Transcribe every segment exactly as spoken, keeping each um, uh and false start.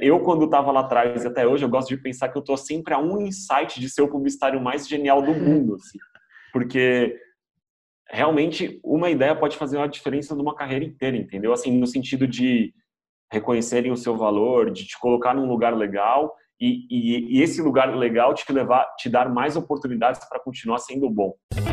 eu, quando estava lá atrás e até hoje, eu gosto de pensar que eu estou sempre a um insight de ser o publicitário mais genial do mundo, assim. Porque realmente uma ideia pode fazer uma diferença numa carreira inteira, entendeu? Assim, no sentido de reconhecerem o seu valor, de te colocar num lugar legal e, e, e esse lugar legal te levar, te dar mais oportunidades para continuar sendo bom.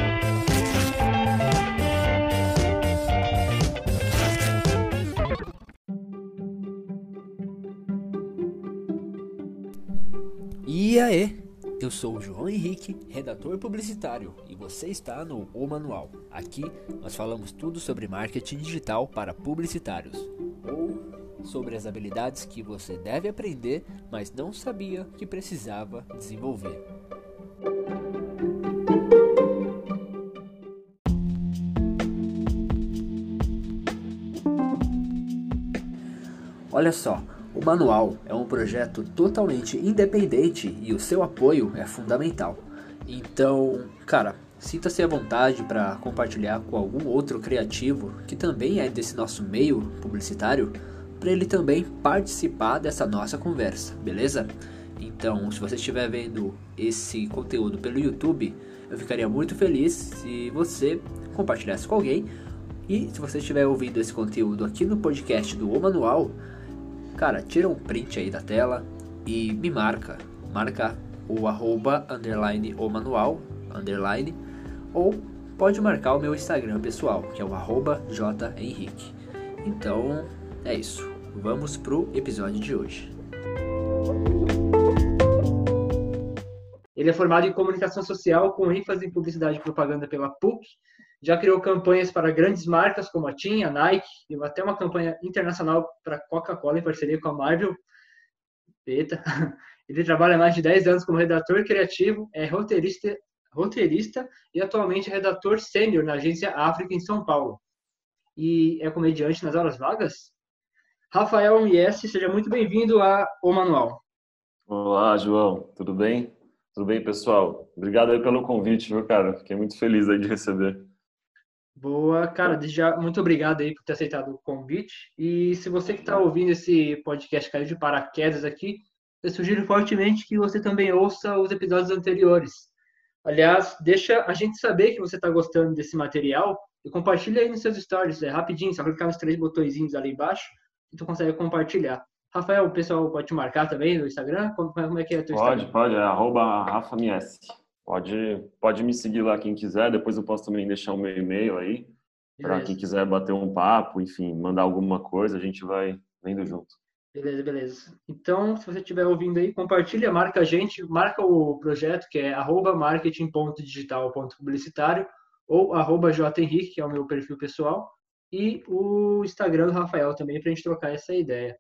E aí, eu sou o João Henrique, redator publicitário, e você está no O Manual. Aqui nós falamos tudo sobre marketing digital para publicitários, ou sobre as habilidades que você deve aprender, mas não sabia que precisava desenvolver. Olha só, o Manual é um projeto totalmente independente e o seu apoio é fundamental. Então, cara, sinta-se à vontade para compartilhar com algum outro criativo que também é desse nosso meio publicitário, para ele também participar dessa nossa conversa, beleza? Então, se você estiver vendo esse conteúdo pelo YouTube, eu ficaria muito feliz se você compartilhasse com alguém. E se você estiver ouvindo esse conteúdo aqui no podcast do O Manual, cara, tira um print aí da tela e me marca. Marca o arroba, underline, o manual, underline, ou pode marcar o meu Instagram pessoal, que é o arroba jhenrique. Então, é isso. Vamos pro episódio de hoje. Ele é formado em comunicação social com ênfase em publicidade e propaganda pela P U C. Já criou campanhas para grandes marcas como a TIM, a Nike, e até uma campanha internacional para Coca-Cola em parceria com a Marvel. Eita. Ele trabalha há mais de dez anos como redator criativo, é roteirista, roteirista e atualmente é redator sênior na agência África em São Paulo. E é comediante nas horas vagas? Rafael Mies, seja muito bem-vindo a O Manual. Olá, João. Tudo bem? Tudo bem, pessoal? Obrigado aí pelo convite, viu, cara? Fiquei muito feliz aí de receber. Boa, cara, desde já, muito obrigado aí por ter aceitado o convite. E se você que está ouvindo esse podcast caiu de paraquedas aqui, eu sugiro fortemente que você também ouça os episódios anteriores. Aliás, deixa a gente saber que você está gostando desse material e compartilha aí nos seus stories, é rapidinho, só clicar nos três botõezinhos ali embaixo e tu consegue compartilhar. Rafael, o pessoal pode te marcar também no Instagram? Como, como é que é o teu Pode, Instagram? pode, é arroba Rafa Mies. Pode, pode me seguir lá quem quiser, depois eu posso também deixar o meu e-mail aí, para quem Beleza. quiser bater um papo, enfim, mandar alguma coisa, a gente vai vendo junto. Beleza, beleza. Então, se você estiver ouvindo aí, compartilha, marca a gente, marca o projeto, que é arroba marketing ponto digital ponto publicitário ou arroba jhenrique, que é o meu perfil pessoal, e o Instagram do Rafael também, para a gente trocar essa ideia.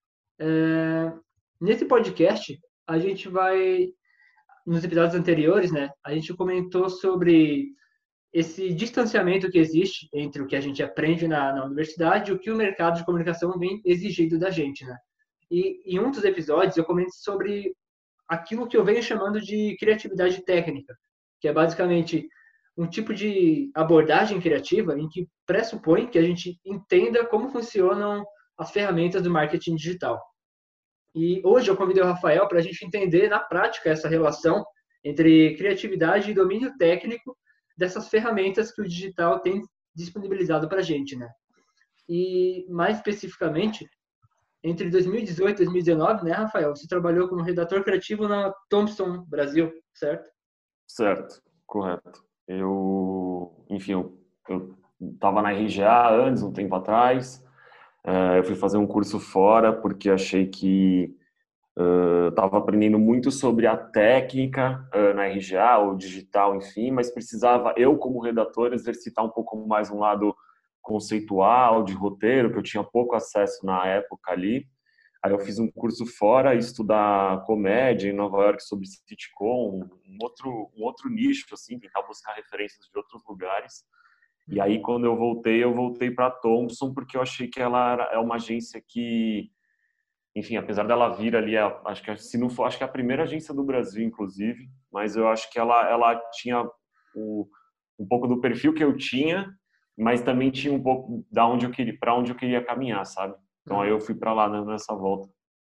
É, nesse podcast, a gente vai, nos episódios anteriores, né, a gente comentou sobre esse distanciamento que existe entre o que a gente aprende na, na universidade e o que o mercado de comunicação vem exigindo da gente, né? E em um dos episódios eu comento sobre aquilo que eu venho chamando de criatividade técnica, que é basicamente um tipo de abordagem criativa em que pressupõe que a gente entenda como funcionam as ferramentas do marketing digital. E hoje eu convidei o Rafael para a gente entender na prática essa relação entre criatividade e domínio técnico dessas ferramentas que o digital tem disponibilizado para a gente, né? E mais especificamente, entre dois mil e dezoito e dois mil e dezenove, né, Rafael, você trabalhou como redator criativo na Thomson Brasil, certo? Certo, correto. Eu, enfim, eu, eu tava na R G A antes, um tempo atrás, uh, eu fui fazer um curso fora porque achei que uh, estava aprendendo muito sobre a técnica uh, na R G A, o digital, enfim, mas precisava, eu como redator, exercitar um pouco mais um lado conceitual, de roteiro, que eu tinha pouco acesso na época ali. Aí eu fiz um curso fora, estudar comédia em Nova York sobre sitcom, um outro, um outro nicho, assim, tentar buscar referências de outros lugares. E aí, quando eu voltei, eu voltei para a Thomson, porque eu achei que ela era, é uma agência que, enfim, apesar dela vir ali, acho que se não for, acho que é a primeira agência do Brasil, inclusive, mas eu acho que ela, ela tinha o, um pouco do perfil que eu tinha, mas também tinha um pouco da onde eu queria, para onde eu queria caminhar, sabe? Então aí eu fui para lá, né, nessa volta.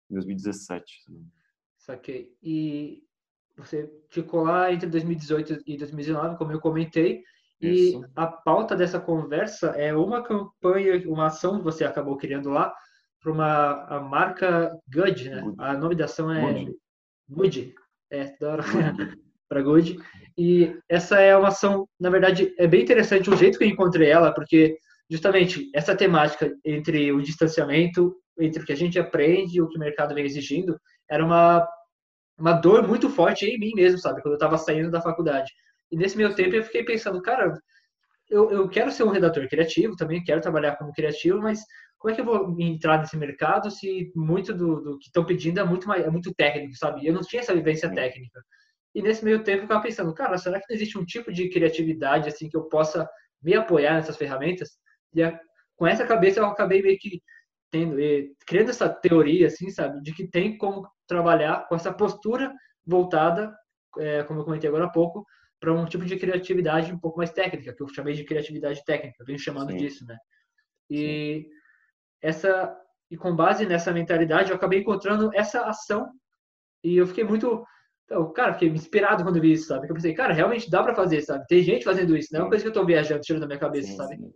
Em dois mil e dezessete. Saquei. E você ficou lá entre dois mil e dezoito e dois mil e dezenove, como eu comentei, e Isso. a pauta dessa conversa é uma campanha, uma ação que você acabou criando lá para uma a marca Good, né? Good. A nome da ação é Good. Good. É, da hora. Good. Para Good. E essa é uma ação, na verdade, é bem interessante o jeito que eu encontrei ela, porque justamente essa temática entre o distanciamento, entre o que a gente aprende e o que o mercado vem exigindo, era uma, uma dor muito forte em mim mesmo, sabe? Quando eu estava saindo da faculdade. E nesse meu tempo eu fiquei pensando, cara, eu, eu quero ser um redator criativo, também quero trabalhar como criativo, mas como é que eu vou entrar nesse mercado se muito do, do que estão pedindo é muito, mais, é muito técnico, sabe? Eu não tinha essa vivência Sim. técnica. E nesse meio tempo eu ficava pensando, cara, será que não existe um tipo de criatividade assim que eu possa me apoiar nessas ferramentas? E a, com essa cabeça eu acabei meio que tendo, e, criando essa teoria, assim, sabe, de que tem como trabalhar com essa postura voltada, é, como eu comentei agora há pouco, para um tipo de criatividade um pouco mais técnica, que eu chamei de criatividade técnica, eu venho chamando Sim. disso, né? Sim. E essa e com base nessa mentalidade eu acabei encontrando essa ação e eu fiquei muito, eu, cara, fiquei inspirado quando vi isso, sabe? Eu pensei, cara, realmente dá para fazer, sabe? Tem gente fazendo isso, não é uma Sim. coisa que eu tô viajando, tirando da minha cabeça, Sim, sabe? sim.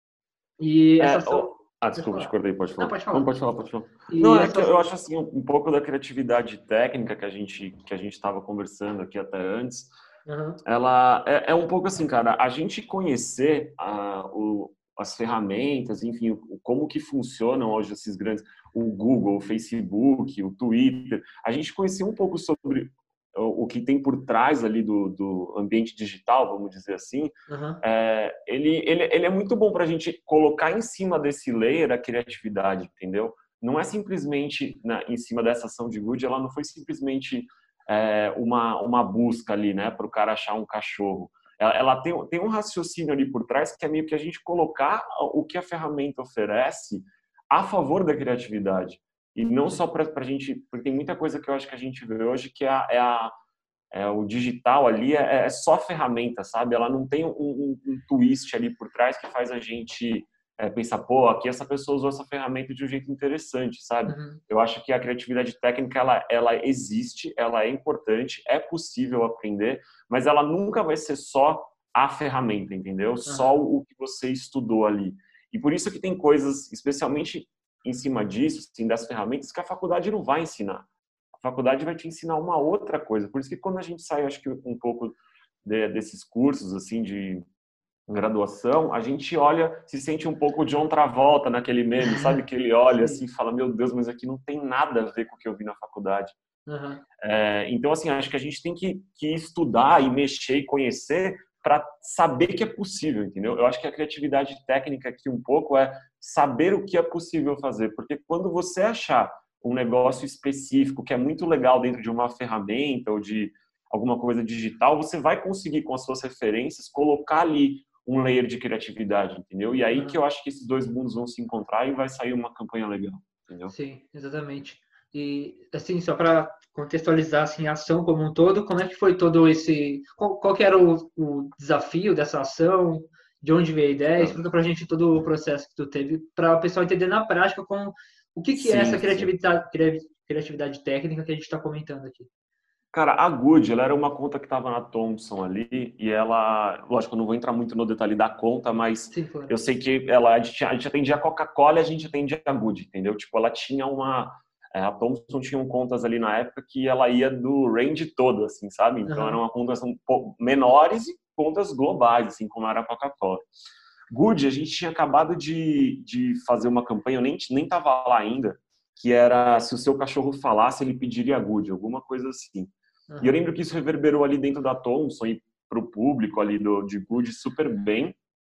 E essa É, ação, oh, ah, pode desculpa, te falar. cortei, pode Não, falar. pode Não, falar. pode falar, pode falar. Não, E é que essa eu acho assim, um um pouco da criatividade técnica que a gente que a gente estava conversando aqui até antes, Uhum. ela é, é um pouco assim, cara, a gente conhecer a, o, as ferramentas, enfim, o, como que funcionam hoje esses grandes, o Google, o Facebook, o Twitter, a gente conhecer um pouco sobre o, o que tem por trás ali do, do ambiente digital, vamos dizer assim, Uhum. é, ele, ele, ele é muito bom para a gente colocar em cima desse layer a criatividade, entendeu? Não é simplesmente na, em cima dessa ação de Good, ela não foi simplesmente é, uma, uma busca ali, né, para o cara achar um cachorro. Ela, ela tem, tem um raciocínio ali por trás que é meio que a gente colocar o que a ferramenta oferece a favor da criatividade. E não só para a gente, porque tem muita coisa que eu acho que a gente vê hoje que é a, é a é, o digital ali é, é só ferramenta, sabe? Ela não tem um, um, um twist ali por trás que faz a gente é, pensar, pô, aqui essa pessoa usou essa ferramenta de um jeito interessante, sabe? Uhum. Eu acho que a criatividade técnica, ela, ela existe, ela é importante, é possível aprender, mas ela nunca vai ser só a ferramenta, entendeu? Só Uhum. o que você estudou ali. E por isso que tem coisas, especialmente em cima disso, assim, das ferramentas, que a faculdade não vai ensinar. A faculdade vai te ensinar uma outra coisa. Por isso que quando a gente sai, acho que um pouco de, desses cursos assim de graduação, a gente olha, se sente um pouco John Travolta naquele meme, sabe? Que ele olha assim e fala, meu Deus, mas aqui não tem nada a ver com o que eu vi na faculdade. Uhum. É, então, assim, acho que a gente tem que, que estudar e mexer e conhecer para saber que é possível, entendeu? Eu acho que a criatividade técnica aqui um pouco é saber o que é possível fazer, porque quando você achar um negócio específico que é muito legal dentro de uma ferramenta ou de alguma coisa digital, você vai conseguir com as suas referências colocar ali um layer de criatividade, entendeu? E aí que Uhum. eu acho que esses dois mundos vão se encontrar e vai sair uma campanha legal, entendeu? Sim, exatamente. E assim, só para contextualizar assim, a ação como um todo, como é que foi todo esse. Qual, qual que era o, o desafio dessa ação? De onde veio a ideia? Tá. Explica pra gente todo o processo que tu teve, para o pessoal entender na prática como, o que, que é essa Sim, sim. criatividade, criatividade técnica que a gente está comentando aqui. Cara, a Good, ela era uma conta que estava na Thomson ali e ela, lógico, eu não vou entrar muito no detalhe da conta, mas Sim, claro. eu sei que ela, a gente, a gente atendia a Coca-Cola e a gente atendia a Good, entendeu? Tipo, ela tinha uma, a Thomson tinha um contas ali na época que ela ia do range todo, assim, sabe? Então Uhum. eram contas um pouco menores e contas globais, assim, como era a Coca-Cola. Good, a gente tinha acabado de, de fazer uma campanha, eu nem, nem tava lá ainda, que era se o seu cachorro falasse, ele pediria Good, alguma coisa assim. E eu Uhum. lembro que isso reverberou ali dentro da Thomson e para o público ali do, de Good super bem.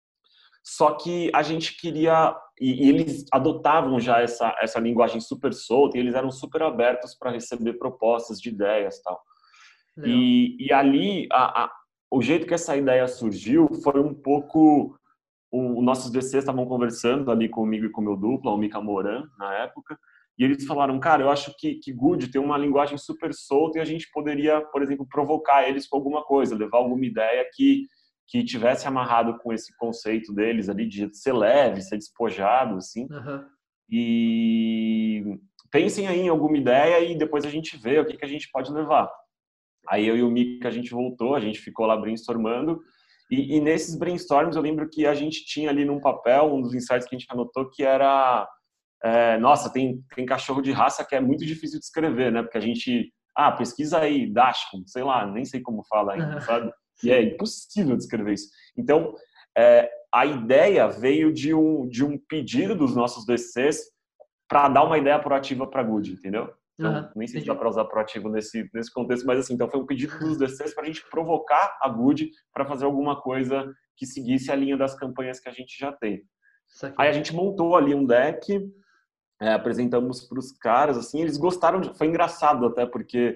Só que a gente queria... E, e eles adotavam já essa, essa linguagem super solta e eles eram super abertos para receber propostas de ideias e tal. Legal. E, e ali, a, a, o jeito que essa ideia surgiu foi um pouco... Os nossos D Cs estavam conversando ali comigo e com o meu dupla, o Mika Moran, na época, e eles falaram, cara, eu acho que, que Good tem uma linguagem super solta e a gente poderia, por exemplo, provocar eles com alguma coisa, levar alguma ideia que, que tivesse amarrado com esse conceito deles ali de ser leve, ser despojado, assim. Uhum. E pensem aí em alguma ideia e depois a gente vê o que, que a gente pode levar. Aí eu e o Mika, a gente voltou, a gente ficou lá brainstormando, e, e nesses brainstorms eu lembro que a gente tinha ali num papel, um dos insights que a gente anotou, que era, é, nossa, tem, tem cachorro de raça que é muito difícil de escrever, né? Porque a gente, ah, pesquisa aí, Dachshund, sei lá, nem sei como fala ainda, sabe? E é impossível de escrever isso. Então, é, a ideia veio de um, de um pedido dos nossos D Cs para dar uma ideia proativa para a Good, entendeu? Então, Uhum, nem sei se entendi. dá para usar proativo nesse, nesse contexto, mas assim, então foi um pedido dos D Cs para a gente provocar a Good para fazer alguma coisa que seguisse a linha das campanhas que a gente já tem. Saquei. Aí a gente montou ali um deck, é, apresentamos para os caras, assim, eles gostaram, de, foi engraçado até, porque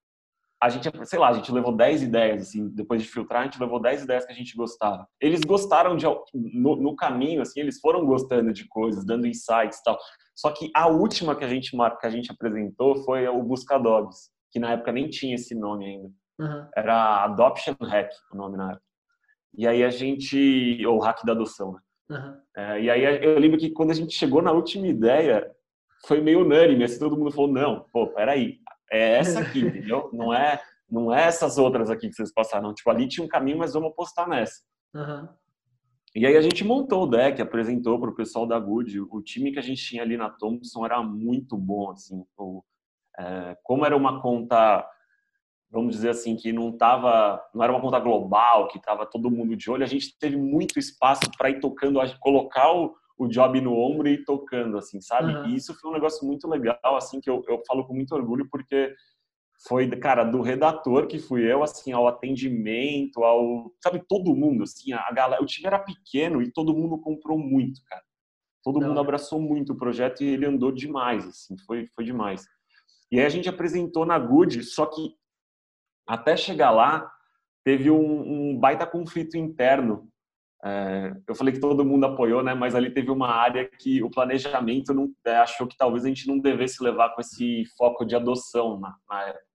a gente, sei lá, a gente levou dez ideias, assim, depois de filtrar, a gente levou dez ideias que a gente gostava. Eles gostaram de, no, no caminho, assim, eles foram gostando de coisas, dando insights e tal. Só que a última que a gente, que a gente apresentou foi o Buscadogs, que na época nem tinha esse nome ainda. Uhum. Era Adoption Hack, o nome na época. E aí a gente, ou Hack da Adoção, né? Uhum. É, e aí eu lembro que quando a gente chegou na última ideia, foi meio unânime, assim, todo mundo falou, não, pô, peraí, é essa aqui, entendeu? Não é, não é essas outras aqui que vocês passaram. Tipo, ali tinha um caminho, mas vamos apostar nessa. Uhum. E aí a gente montou o deck, apresentou para o pessoal da Good. O time que a gente tinha ali na Thomson era muito bom, assim. O, é, como era uma conta, vamos dizer assim, que não tava, não era uma conta global, que estava todo mundo de olho, a gente teve muito espaço para ir tocando, colocar o, o job no ombro e ir tocando, assim, sabe? Uhum. E isso foi um negócio muito legal, assim, que eu, eu falo com muito orgulho, porque foi, cara, do redator que fui eu, assim, ao atendimento, ao, sabe, todo mundo, assim, a galera, o time era pequeno e todo mundo comprou muito, cara. Todo Da mundo hora. abraçou muito o projeto e ele andou demais, assim, foi, foi demais. E aí a gente apresentou na Good, só que até chegar lá, teve um, um baita conflito interno. É, eu falei que todo mundo apoiou, né? Mas ali teve uma área que o planejamento não, é, achou que talvez a gente não devesse levar com esse foco de adoção na, na época.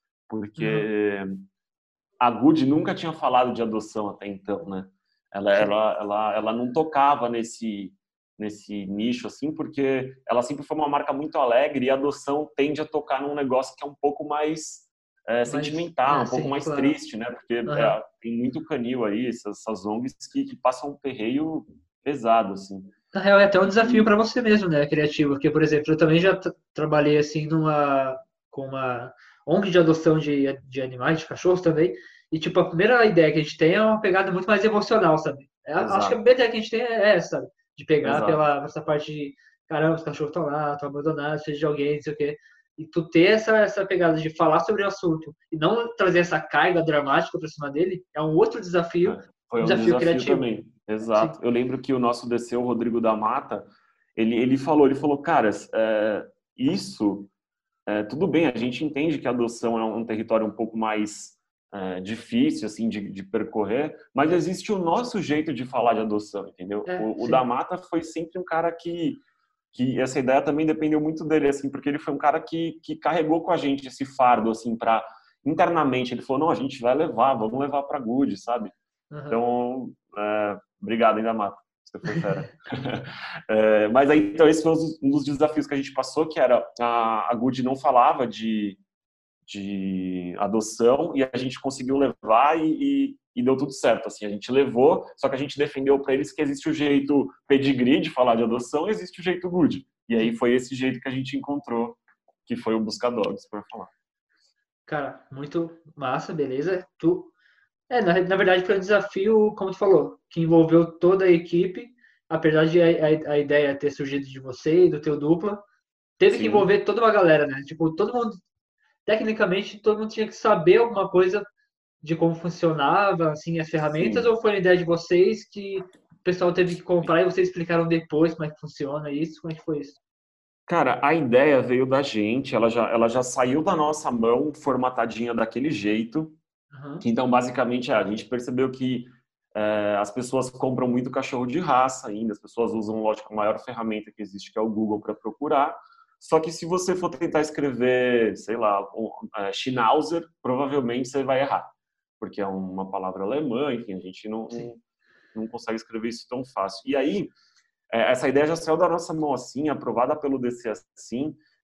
Porque uhum. a Good nunca tinha falado de adoção até então, né? Ela, ela, ela, ela não tocava nesse, nesse nicho, assim, porque ela sempre foi uma marca muito alegre e a adoção tende a tocar num negócio que é um pouco mais é, Mas, sentimental, é, um pouco sim, mais claro. Triste, né? Porque uhum. é, tem muito canil aí, essas, essas O N Gs que, que passam um perreio pesado, assim. Na real, é até um desafio para você mesmo, né, criativo, porque, por exemplo, eu também já trabalhei, assim, numa, com uma O N G de adoção de, de animais, de cachorros também, e, tipo, a primeira ideia que a gente tem é uma pegada muito mais emocional, sabe? É, acho que a primeira ideia que a gente tem é essa, sabe? De pegar Exato. pela essa parte de, caramba, os cachorros estão lá, estão abandonados, seja de alguém, não sei o quê. E tu ter essa, essa pegada de falar sobre o assunto e não trazer essa carga dramática para cima dele, é um outro desafio, é, foi um, um desafio, desafio criativo. Também. Exato. Sim. Eu lembro que o nosso D C, o Rodrigo da Mata, ele, ele falou, ele falou, caras, é, isso, é, tudo bem, a gente entende que a adoção é um território um pouco mais é, difícil, assim, de, de percorrer, mas existe o nosso jeito de falar de adoção, entendeu? É, o, o da Mata foi sempre um cara que, que essa ideia também dependeu muito dele, assim, porque ele foi um cara que, que carregou com a gente esse fardo, assim, para internamente, ele falou, não, a gente vai levar, vamos levar para Good, sabe? Uhum. Então, é, obrigado, ainda Mata. Você foi fera. é, mas aí, então, esse foi um dos desafios que a gente passou, que era a, a Good não falava de, de adoção e a gente conseguiu levar e, e, e deu tudo certo. Assim, a gente levou, só que a gente defendeu para eles que existe o jeito pedigree de falar de adoção e existe o jeito Good. E aí foi esse jeito que a gente encontrou, que foi o Buscadogs, para falar. Cara, muito massa, beleza. Tu É, na, na verdade foi um desafio, como tu falou, que envolveu toda a equipe, apesar de a, a, a ideia ter surgido de você e do teu dupla, teve Sim. que envolver toda uma galera, né? Tipo, todo mundo, tecnicamente, todo mundo tinha que saber alguma coisa de como funcionava, assim, as ferramentas, Sim. ou foi uma ideia de vocês que o pessoal teve que comprar e vocês explicaram depois como é que funciona isso? Como é que foi isso? Cara, a ideia veio da gente, ela já, ela já saiu da nossa mão formatadinha daquele jeito. Uhum. Então, basicamente, a gente percebeu que é, as pessoas compram muito cachorro de raça ainda, as pessoas usam, lógico, a maior ferramenta que existe, que é o Google, para procurar. Só que se você for tentar escrever, sei lá, um, é, Schnauzer, provavelmente você vai errar, porque é uma palavra alemã, enfim, a gente não, não, não consegue escrever isso tão fácil. E aí, é, essa ideia já saiu da nossa mão assim, aprovada pelo D C assim,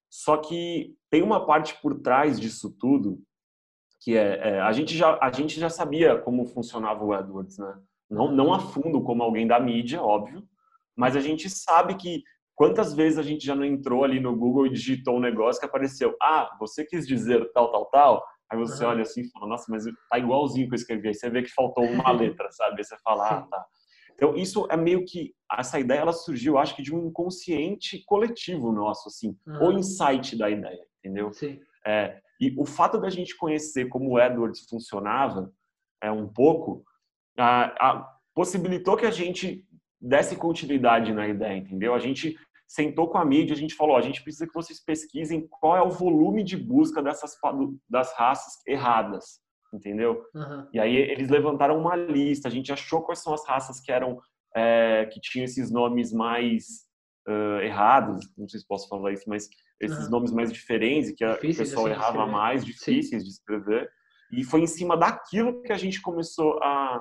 Só que tem uma parte por trás disso tudo, que é, é a, gente já, a gente já sabia como funcionava o AdWords, né? Não, não a fundo como alguém da mídia, óbvio, mas a gente sabe que quantas vezes a gente já não entrou ali no Google e digitou um negócio que apareceu, ah, você quis dizer tal, tal, tal, aí você uhum. olha assim e fala, nossa, mas tá igualzinho que eu escrevi, aí você vê que faltou uma letra, sabe? Aí você fala, ah, tá. Então, isso é meio que, essa ideia, ela surgiu, acho que de um inconsciente coletivo nosso, assim, uhum. o insight da ideia, entendeu? Sim. É, e o fato da gente conhecer como o AdWords funcionava, é, um pouco, a, a, possibilitou que a gente desse continuidade na ideia, entendeu? A gente sentou com a mídia, a gente falou, a gente precisa que vocês pesquisem qual é o volume de busca dessas, das raças erradas, entendeu? Uhum. E aí eles levantaram uma lista, a gente achou quais são as raças que eram é, que tinham esses nomes mais uh, errados, não sei se posso falar isso, mas esses uhum. nomes mais diferentes, que o pessoal errava mais, difíceis Sim. de escrever, e foi em cima daquilo que a gente começou a,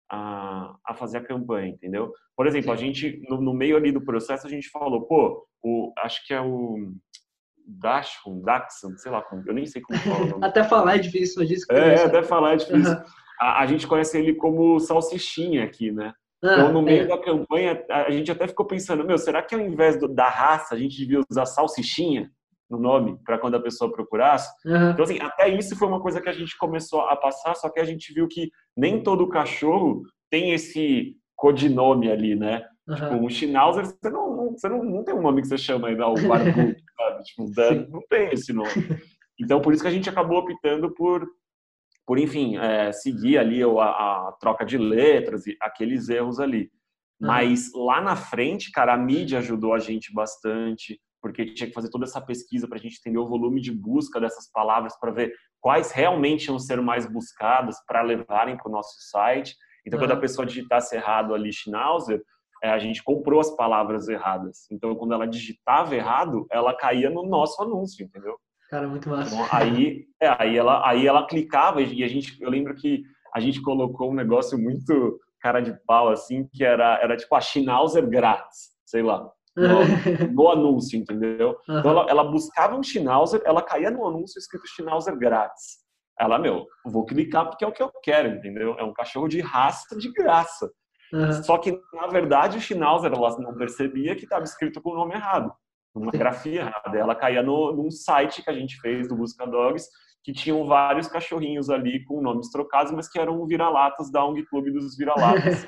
a, a fazer a campanha, entendeu? Por exemplo, Sim. a gente, no, no meio ali do processo, a gente falou, pô, o, acho que é o Dachshund, Dachshund, sei lá como, eu nem sei como fala o nome. Até falar é difícil, mas disso que É, até falar é difícil. Uhum. A, a gente conhece ele como Salsichinha aqui, né? Ah, então, no meio é. da campanha, a gente até ficou pensando, meu, será que ao invés do, da raça, a gente devia usar Salsichinha no nome, para quando a pessoa procurasse? Uhum. Então, assim, até isso foi uma coisa que a gente começou a passar, só que a gente viu que nem todo cachorro tem esse codinome ali, né? Uhum. Tipo, um Schnauzer, você não, não, você não, não tem um nome que você chama ainda, o Barbudo, sabe? Tipo, não tem esse nome. Então, por isso que a gente acabou optando por, por enfim, é, seguir ali a, a troca de letras e aqueles erros ali. Uhum. Mas lá na frente, cara, a mídia ajudou a gente bastante, porque tinha que fazer toda essa pesquisa para a gente entender o volume de busca dessas palavras, para ver quais realmente iam ser mais buscadas para levarem para o nosso site. Então, uhum. quando a pessoa digitasse errado ali Schnauzer, a gente comprou as palavras erradas. Então, quando ela digitava errado, ela caía no nosso anúncio, entendeu? Cara, muito massa. Então, aí, é, aí, ela, aí ela clicava e a gente, eu lembro que a gente colocou um negócio muito cara de pau, assim, que era, era tipo a Schnauzer grátis, sei lá, no, no anúncio, entendeu? Uhum. Então, ela, ela buscava um Schnauzer, ela caía no anúncio escrito Schnauzer grátis. Ela, meu, vou clicar porque é o que eu quero, entendeu? É um cachorro de raça de graça. Uhum. Só que, na verdade, o Schnauzer, ela não percebia que estava escrito com o nome errado, uma Sim. grafia errada. Ela caía no, num site que a gente fez do Busca Dogs, que tinham vários cachorrinhos ali com nomes trocados, mas que eram vira-latas da O N G Clube dos Vira-Latas.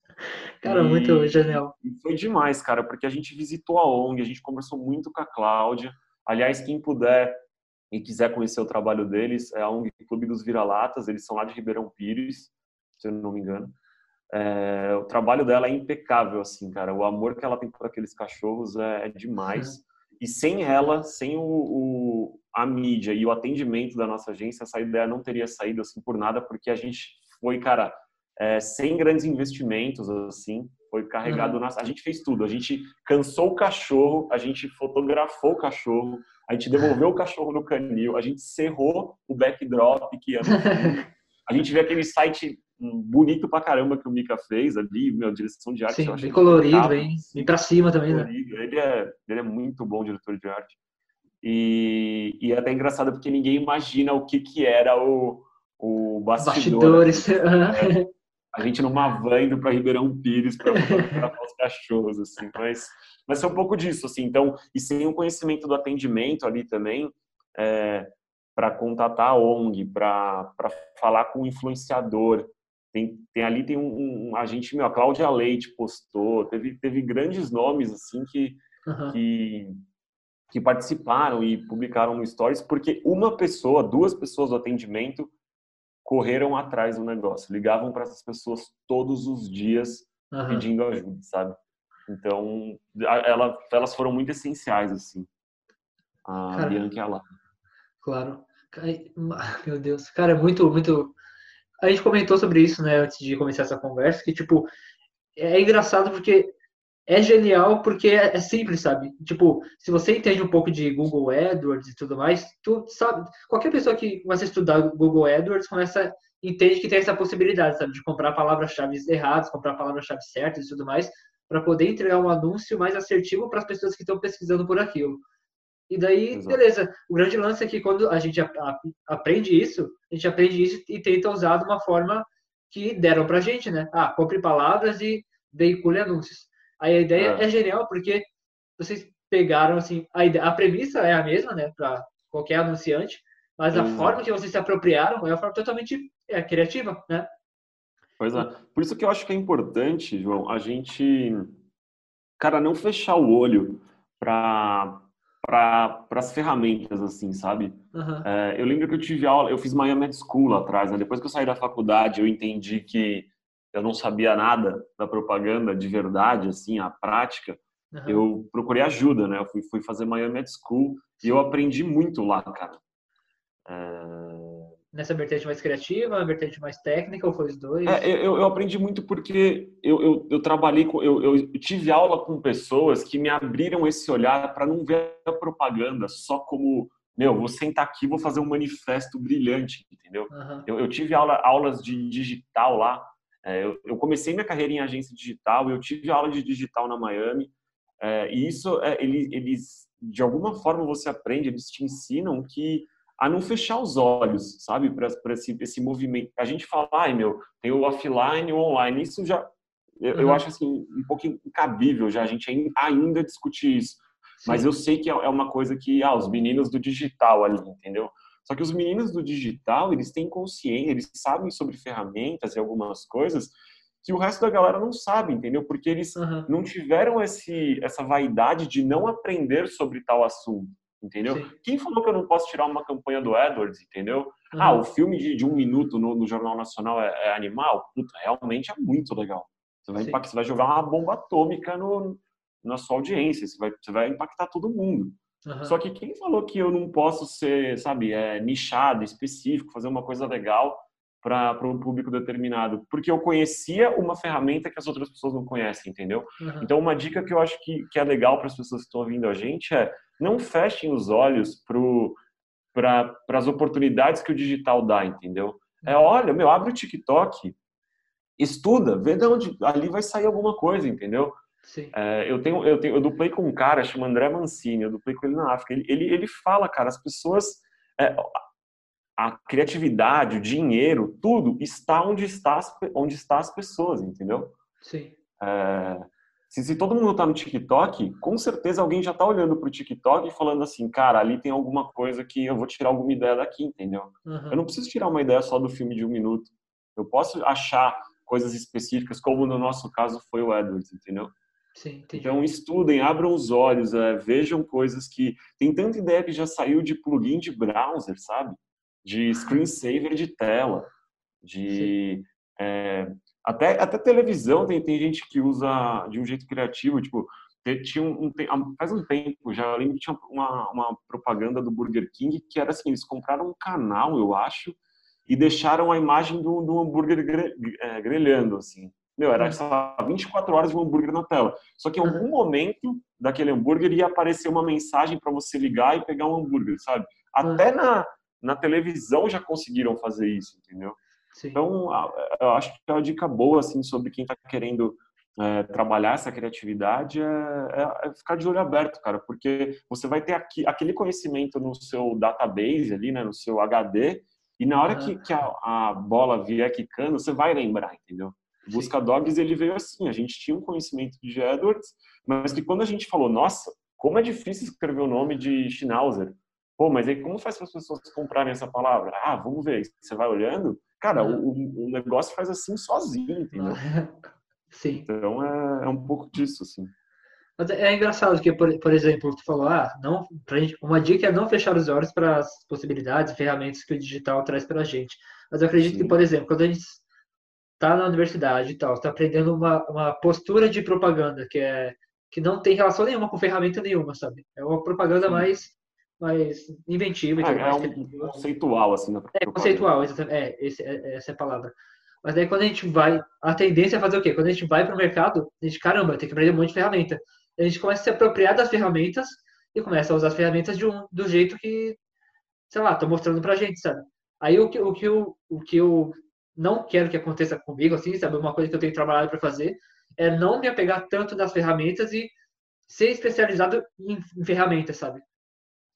Cara, e, muito genial. E foi demais, cara, porque a gente visitou a O N G, a gente conversou muito com a Cláudia. Aliás, quem puder e quiser conhecer o trabalho deles, é a O N G Clube dos Vira-Latas, eles são lá de Ribeirão Pires, se eu não me engano. É, o trabalho dela é impecável, assim, cara. O amor que ela tem por aqueles cachorros é, é demais. Uhum. E sem ela, sem o, o, a mídia e o atendimento da nossa agência, essa ideia não teria saído assim por nada, porque a gente foi, cara, é, sem grandes investimentos, assim, foi carregado uhum. na... A gente fez tudo. A gente cansou o cachorro, a gente fotografou o cachorro, a gente devolveu o cachorro no canil, a gente cerrou o backdrop que ia no fundo. A gente vê aquele site bonito pra caramba que o Mika fez ali, meu, direção de arte. Sim, eu achei bem colorido, bem, bem pra cima também, colorido. Né? Ele é, ele é muito bom diretor de arte. E, e é até engraçado porque ninguém imagina o que que era o, o bastidor. Bastidores. Assim, é, a gente numa van indo pra Ribeirão Pires pra fotografar os cachorros, assim. Mas, mas foi um pouco disso, assim. Então, e sem o conhecimento do atendimento ali também, é, para contatar a O N G, para falar com o influenciador. Tem, tem ali tem um, um a gente, meu, a Cláudia Leite postou, teve, teve grandes nomes assim que, uhum. que que participaram e publicaram no Stories, porque uma pessoa, duas pessoas do atendimento correram atrás do negócio, ligavam para essas pessoas todos os dias uhum. pedindo ajuda, sabe? Então, ela, elas foram muito essenciais, assim, a Cara, Bianca e a Lara. Claro. Meu Deus. Cara, é muito, muito... A gente comentou sobre isso, né, antes de começar essa conversa, que, tipo, é engraçado porque é genial porque é, é simples, sabe? Tipo, se você entende um pouco de Google AdWords e tudo mais, tu sabe, qualquer pessoa que começa a estudar Google AdWords começa, entende que tem essa possibilidade, sabe? De comprar palavras-chave erradas, comprar palavras-chave certas e tudo mais, para poder entregar um anúncio mais assertivo para as pessoas que estão pesquisando por aquilo. E daí, Exato. beleza. O grande lance é que quando a gente a- a- aprende isso, a gente aprende isso e tenta usar de uma forma que deram pra gente, né? Ah, compre palavras e veicule anúncios. Aí a ideia É, é genial porque vocês pegaram, assim, a, ideia, a premissa é a mesma, né, para qualquer anunciante, mas a forma que exato. vocês se apropriaram é uma forma totalmente é, criativa, né? Pois é. E, Por isso que eu acho que é importante, João, a gente, cara, não fechar o olho para para as ferramentas, assim, sabe? aham, É, eu lembro que eu tive aula, eu fiz Miami Med School lá atrás, né? Depois que eu saí da faculdade, eu entendi que eu não sabia nada da propaganda de verdade, assim, a prática. aham, Eu procurei ajuda, né? Eu fui, fui fazer Miami Med School e eu sim. aprendi muito lá, cara. Nessa vertente mais criativa, vertente mais técnica, ou foi os dois? É, eu, eu aprendi muito porque eu, eu, eu trabalhei com, eu, eu tive aula com pessoas que me abriram esse olhar para não ver a propaganda só como, meu, vou sentar aqui e vou fazer um manifesto brilhante, entendeu? Aham, Eu, eu tive aula, aulas de digital lá, é, eu, eu comecei minha carreira em agência digital, eu tive aula de digital na Miami, é, e isso, é, eles, eles, de alguma forma você aprende, eles te ensinam que a não fechar os olhos, sabe, para esse, esse movimento. A gente fala, ai meu, tem o offline e o online, isso já, eu, eu aham, acho assim, um pouco incabível já a gente ainda discutir isso. Mas eu sim. sei que é é uma coisa que, ah, os meninos do digital ali, entendeu? Só que os meninos do digital, eles têm consciência, eles sabem sobre ferramentas e algumas coisas que o resto da galera não sabe, entendeu? Porque eles Aham, não tiveram esse, essa vaidade de não aprender sobre tal assunto, entendeu? sim. Quem falou que eu não posso tirar uma campanha do AdWords, entendeu? Ah, o Aham, filme de, de um minuto no, no Jornal Nacional é, é animal? Puta, realmente é muito legal. Você vai, sim. impactar, você vai jogar uma bomba atômica no, na sua audiência, você vai, você vai impactar todo mundo. Só Aham, que quem falou que eu não posso ser, sabe, é, nichado, específico, fazer uma coisa legal para um público determinado? Porque eu conhecia uma ferramenta que as outras pessoas não conhecem, entendeu? aham, Então, uma dica que eu acho que, que é legal para as pessoas que estão ouvindo a gente é não fechem os olhos para as oportunidades que o digital dá, entendeu? É, uhum, olha, meu, abre o TikTok, estuda, vê de onde ali vai sair alguma coisa, entendeu? sim. É, eu tenho, eu tenho, eu duplei com um cara chama André Mancini, eu duplei com ele na África. Ele, ele, ele fala, cara, as pessoas, é, a criatividade, o dinheiro, tudo está onde está as, onde está as pessoas, entendeu? Sim. É, se, se todo mundo está no TikTok, com certeza alguém já está olhando para o TikTok e falando assim, cara, ali tem alguma coisa que eu vou tirar alguma ideia daqui, entendeu? Eu Aham, não preciso tirar uma ideia só do filme de um minuto. Eu posso achar coisas específicas, como no nosso caso foi o Edwards, entendeu? sim, entendi. Então, estudem, abram os olhos, é, vejam coisas que... Tem tanta ideia que já saiu de plugin de browser, sabe? De screensaver de tela, Sim. de... é, até, até televisão tem, tem gente que usa de um jeito criativo, tipo, te- tinha um, um te- faz um tempo já, eu lembro que tinha uma, uma propaganda do Burger King que era assim, eles compraram um canal, eu acho, e deixaram a imagem do, do hambúrguer gre- é, grelhando, assim. Meu, era, sei Aham, lá, vinte e quatro horas de um hambúrguer na tela. Só que em algum aham, momento daquele hambúrguer ia aparecer uma mensagem para você ligar e pegar um hambúrguer, sabe? Até aham, na, na televisão já conseguiram fazer isso, entendeu? sim. Então, eu acho que é uma dica boa, assim, sobre quem está querendo é, trabalhar essa criatividade é, é, é ficar de olho aberto, cara, porque você vai ter aqui, aquele conhecimento no seu database ali, né, no seu H D, e na hora Aham, que, que a, a bola vier quicando, você vai lembrar, entendeu? O sim. Busca Dogs, ele veio assim, a gente tinha um conhecimento de Edwards, mas que quando a gente falou, nossa, como é difícil escrever o nome de Schnauzer. Pô, mas aí como faz para as pessoas comprarem essa palavra? Ah, vamos ver. Você vai olhando, cara, Aham. o, o negócio faz assim sozinho, Não. entendeu? Sim. Então é, é um pouco disso, assim. Mas é é engraçado que, por, por exemplo, tu falou, ah, não, pra gente, uma dica é não fechar os olhos para as possibilidades e ferramentas que o digital traz para a gente. Mas eu acredito que, por Sim, exemplo, quando a gente está na universidade e tal, está aprendendo uma, uma postura de propaganda que é que não tem relação nenhuma com ferramenta nenhuma, sabe? É uma propaganda sim. mais mais inventiva e É, tudo é mais um criativa. conceitual, assim, na É propaganda. conceitual, exatamente. É, esse, é, essa é a palavra. Mas daí quando a gente vai, a tendência é fazer o quê? Quando a gente vai para o mercado, a gente, caramba, tem que aprender um monte de ferramenta. A gente começa a se apropriar das ferramentas e começa a usar as ferramentas de um, do jeito que, sei lá, tô mostrando pra gente, sabe? Aí o que, o que, eu, o que eu não quero que aconteça comigo, assim, sabe? Uma coisa que eu tenho trabalhado para fazer é não me apegar tanto das ferramentas e ser especializado em, em ferramentas, sabe?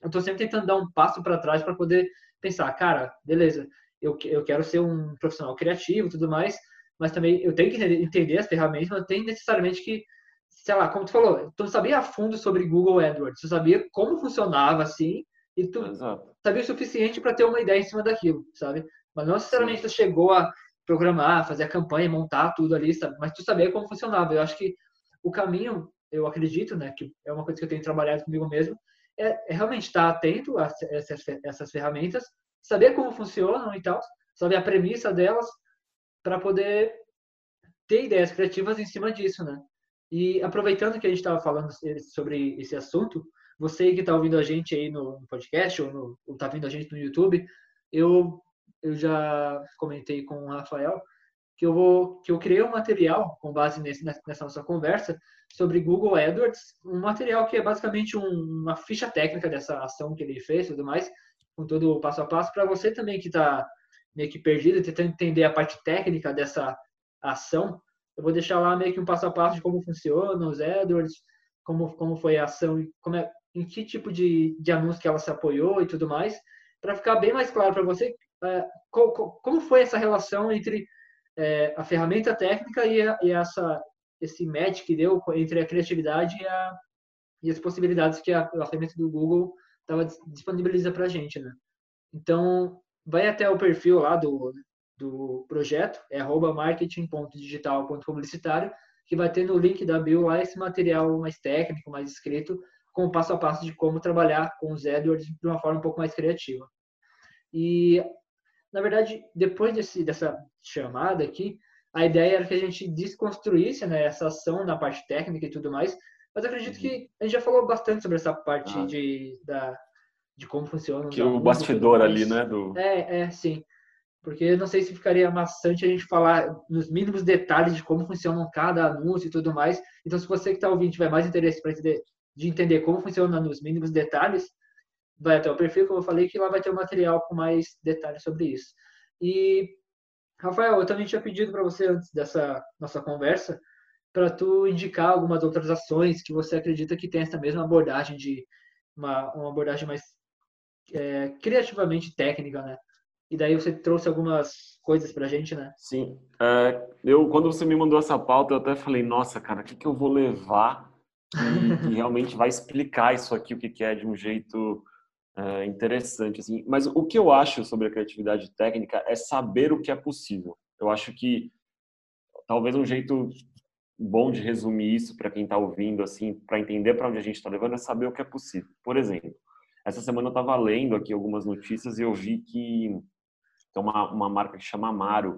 eu estou sempre tentando dar um passo para trás para poder pensar, cara, beleza, eu, eu quero ser um profissional criativo e tudo mais, mas também eu tenho que entender, entender as ferramentas, mas tem necessariamente que, sei lá, como tu falou, tu não sabia a fundo sobre Google AdWords, tu sabia como funcionava assim, e tu Exato. sabia o suficiente para ter uma ideia em cima daquilo, sabe? Mas não necessariamente Sim. tu chegou a programar, fazer a campanha, montar tudo ali, sabe? Mas tu sabia como funcionava. Eu acho que o caminho, eu acredito, né, que é uma coisa que eu tenho trabalhado comigo mesmo, é, é realmente estar atento a essas, essas ferramentas, saber como funcionam e tal, saber a premissa delas, para poder ter ideias criativas em cima disso, né? E aproveitando que a gente estava falando sobre esse assunto, você que está ouvindo a gente aí no podcast ou está vendo a gente no YouTube, eu, eu já comentei com o Rafael que eu vou que eu criei um material com base nesse, nessa nossa conversa sobre Google AdWords, um material que é basicamente um, uma ficha técnica dessa ação que ele fez e tudo mais, com todo o passo a passo, para você também que está meio que perdido, tentando entender a parte técnica dessa ação. Eu vou deixar lá meio que um passo a passo de como funciona os AdWords, como, como foi a ação, como é, em que tipo de, de anúncio que ela se apoiou e tudo mais, para ficar bem mais claro para você é, co, co, como foi essa relação entre é, a ferramenta técnica e, a, e essa, esse match que deu entre a criatividade e, a, e as possibilidades que a, a ferramenta do Google tava, disponibiliza para a gente, né? Então, vai até o perfil lá do, do projeto, é arroba marketing ponto digital ponto publicitário, que vai ter no link da bio lá esse material mais técnico, mais escrito, com o passo a passo de como trabalhar com os AdWords de uma forma um pouco mais criativa. E, na verdade, depois desse, dessa chamada aqui, a ideia era que a gente desconstruísse, né, essa ação na parte técnica e tudo mais, mas acredito que a gente já falou bastante sobre essa parte Ah. de, da, de como funcionam os Que o anúncios e tudo bastidor mais. ali, né? Do... É, é, sim. Porque eu não sei se ficaria maçante a gente falar nos mínimos detalhes de como funcionam cada anúncio e tudo mais. Então, se você que está ouvindo tiver mais interesse para entender, de entender como funciona nos mínimos detalhes, vai até o perfil, como eu falei, que lá vai ter um material com mais detalhes sobre isso. E, Rafael, eu também tinha pedido para você, antes dessa nossa conversa, para tu indicar algumas outras ações que você acredita que tem essa mesma abordagem de uma, uma abordagem mais é, criativamente técnica, né? E daí você trouxe algumas coisas pra gente, né? Sim. É, eu, quando você me mandou essa pauta, eu até falei, nossa, cara, o que, que eu vou levar que, que realmente vai explicar isso aqui, o que, que é de um jeito é, interessante, assim. Mas o que eu acho sobre a criatividade técnica é saber o que é possível. Eu acho que talvez um jeito bom de resumir isso para quem está ouvindo, assim, para entender para onde a gente está levando, é saber o que é possível. Por exemplo, essa semana eu estava lendo aqui algumas notícias e eu vi que tem uma, uma marca que chama Amaro,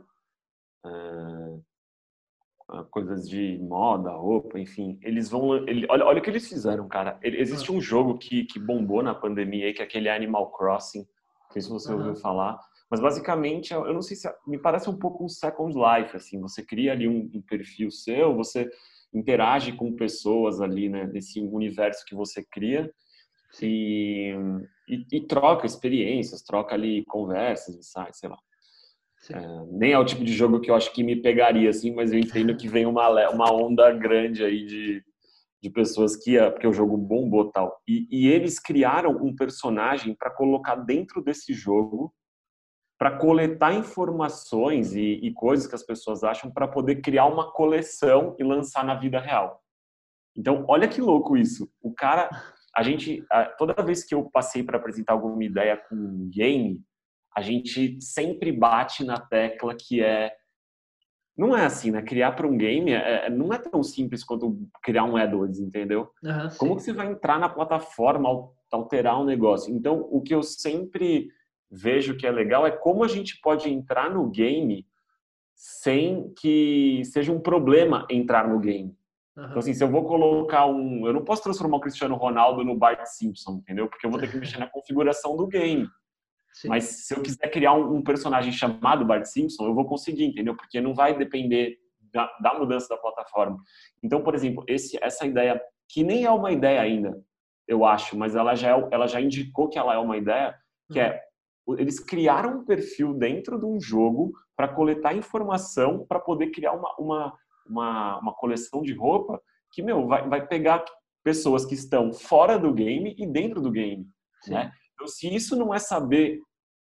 é, coisas de moda, roupa, enfim. Eles vão... Ele, olha, olha o que eles fizeram, cara. Ele, existe um jogo que, que bombou na pandemia, que é aquele Animal Crossing. Não sei se você uhum. ouviu falar. Mas, basicamente, eu não sei se... Me parece um pouco um Second Life, assim. Você cria ali um, um perfil seu, você interage com pessoas ali, né? Nesse universo que você cria. E, e, e troca experiências, troca ali conversas, insights, sei lá. É, nem é o tipo de jogo que eu acho que me pegaria, assim, mas eu entendo que vem uma, uma onda grande aí de, de pessoas que... Porque o jogo bombou e tal. E, e eles criaram um personagem para colocar dentro desse jogo para coletar informações e, e coisas que as pessoas acham para poder criar uma coleção e lançar na vida real. Então, olha que louco isso. O cara... A gente, toda vez que eu passei para apresentar alguma ideia com um game, a gente sempre bate na tecla que é... Não é assim, né? Criar para um game é, não é tão simples quanto criar um AdWords, entendeu? Uhum, Como que você vai entrar na plataforma, alterar um negócio? Então, o que eu sempre vejo que é legal é como a gente pode entrar no game sem que seja um problema entrar no game. Uhum. Então, assim, se eu vou colocar um... Eu não posso transformar o Cristiano Ronaldo no Bart Simpson, entendeu? Porque eu vou ter que mexer na configuração do game. Sim. Mas se eu quiser criar um, um personagem chamado Bart Simpson, eu vou conseguir, entendeu? Porque não vai depender da, da mudança da plataforma. Então, por exemplo, esse, essa ideia, que nem é uma ideia ainda, eu acho, mas ela já, é, ela já indicou que ela é uma ideia, que uhum. é... Eles criaram um perfil dentro de um jogo para coletar informação para poder criar uma... uma Uma, uma coleção de roupa que, meu, vai, vai pegar pessoas que estão fora do game e dentro do game. né? Então, se isso não é saber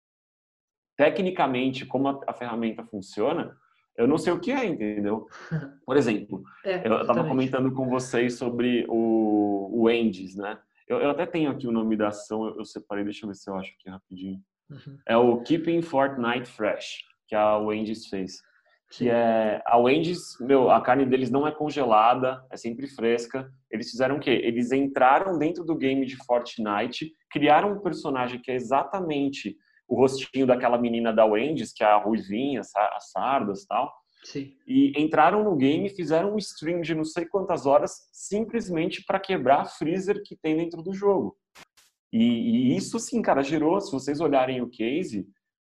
tecnicamente como a, a ferramenta funciona, eu não sei o que é, entendeu? Por exemplo, É, eu estava exatamente. comentando com vocês sobre o, o Wendy's, né? Eu, eu até tenho aqui o nome da ação, eu, eu separei, deixa eu ver se eu acho aqui rapidinho. Uhum. É o Keeping Fortnite Fresh, que a Wendy's fez. Que Sim. é a Wendy's, meu, a carne deles não é congelada, é sempre fresca. Eles fizeram o quê? Eles entraram dentro do game de Fortnite, criaram um personagem que é exatamente o rostinho daquela menina da Wendy's, que é a Ruivinha, as sardas e tal. Sim. E entraram no game e fizeram um stream de não sei quantas horas simplesmente para quebrar a freezer que tem dentro do jogo. E, e isso, sim, cara, gerou, se vocês olharem o case,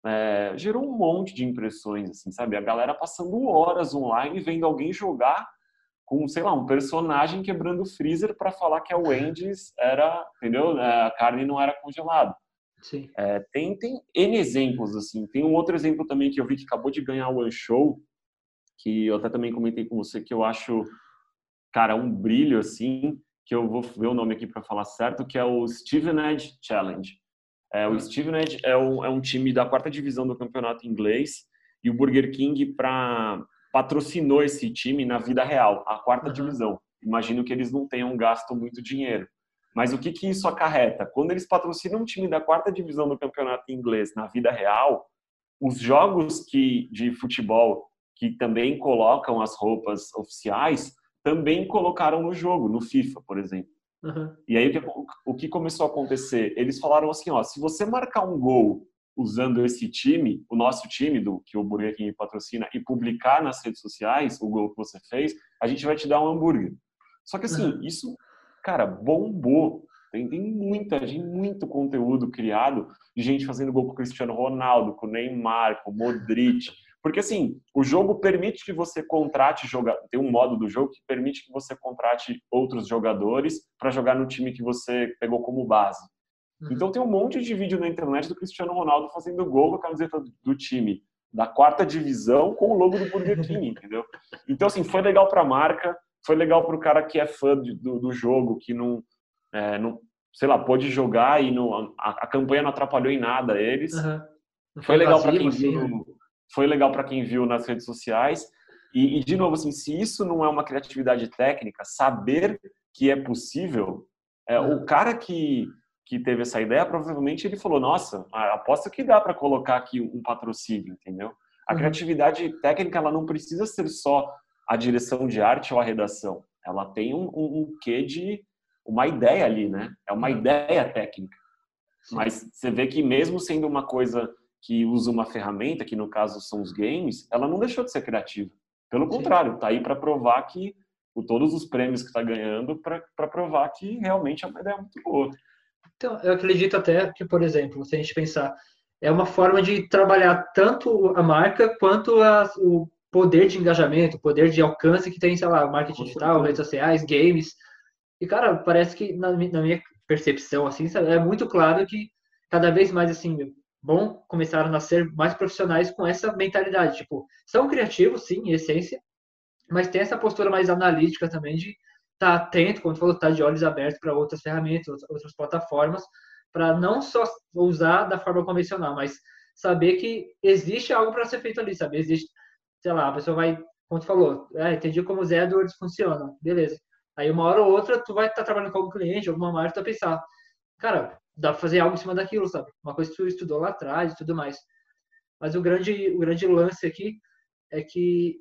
é, gerou um monte de impressões, assim, sabe? A galera passando horas online vendo alguém jogar com, sei lá, um personagem quebrando o freezer para falar que a Wendy's era, entendeu? A carne não era congelada. Sim. É, tem, tem N exemplos, assim. Tem um outro exemplo também que eu vi que acabou de ganhar o One Show, que eu até também comentei com você, que eu acho, cara, um brilho, assim, que eu vou ver o nome aqui para falar certo, que é o Steven Edge Challenge. É, o Steven Edge é um, é um time da quarta divisão do campeonato inglês e o Burger King pra, patrocinou esse time na vida real, a quarta Uhum. divisão. Imagino que eles não tenham gasto muito dinheiro. Mas o que, que isso acarreta? Quando eles patrocinam um time da quarta divisão do campeonato inglês na vida real, os jogos que, de futebol que também colocam as roupas oficiais também colocaram no jogo, no FIFA, por exemplo. Uhum. E aí, o que, o que começou a acontecer? Eles falaram assim, ó, se você marcar um gol usando esse time, o nosso time, do que o Burger King patrocina, e publicar nas redes sociais o gol que você fez, a gente vai te dar um hambúrguer. Só que assim, Uhum. isso, cara, bombou. Tem, tem muita gente, muito conteúdo criado de gente fazendo gol com o Cristiano Ronaldo, com o Neymar, com o Modric. Porque, assim, o jogo permite que você contrate jogadores. Tem um modo do jogo que permite que você contrate outros jogadores para jogar no time que você pegou como base. Uhum. Então, tem um monte de vídeo na internet do Cristiano Ronaldo fazendo gol com a camiseta do time da quarta divisão com o logo do Burger King, entendeu? Então, assim, foi legal para a marca, foi legal para o cara que é fã de, do, do jogo, que não, é, não, sei lá, pôde jogar e não, a, a campanha não atrapalhou em nada eles. Uhum. Não Foi foi legal para invasivo, quem viu assim, né? no, foi legal para quem viu nas redes sociais. E, e, de novo, assim, se isso não é uma criatividade técnica, saber que é possível, é, Uhum. o cara que, que teve essa ideia, provavelmente ele falou, nossa, aposto que dá para colocar aqui um patrocínio, entendeu? A Uhum. criatividade técnica, ela não precisa ser só a direção de arte ou a redação. Ela tem um, um, um quê de uma ideia ali, né? É uma Uhum. ideia técnica. Sim. Mas você vê que mesmo sendo uma coisa que usa uma ferramenta, que no caso são os games, ela não deixou de ser criativa. Pelo Sim. contrário, tá aí para provar que, por todos os prêmios que está ganhando, para provar que realmente é uma ideia muito boa. Então, eu acredito até que, por exemplo, se a gente pensar, é uma forma de trabalhar tanto a marca quanto a, o poder de engajamento, o poder de alcance que tem, sei lá, marketing Com digital, certeza. redes sociais, games. E, cara, parece que, na, na minha percepção, assim, sabe, é muito claro que cada vez mais, assim, bom, começaram a ser mais profissionais com essa mentalidade. Tipo, são criativos, sim, em essência, mas tem essa postura mais analítica também de estar tá atento, como tu falou, estar tá de olhos abertos para outras ferramentas, outras plataformas, para não só usar da forma convencional, mas saber que existe algo para ser feito ali, sabe? Existe, sei lá, a pessoa vai, como tu falou, é, entendi como os AdWords funcionam, beleza. Aí uma hora ou outra tu vai estar tá trabalhando com algum cliente, alguma marca, tu vai pensar, cara, dá para fazer algo em cima daquilo, sabe? Uma coisa que tu estudou lá atrás e tudo mais. Mas o grande, o grande lance aqui é que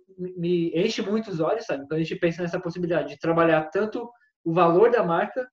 me enche muito os olhos, sabe? Quando a gente pensa nessa possibilidade de trabalhar tanto o valor da marca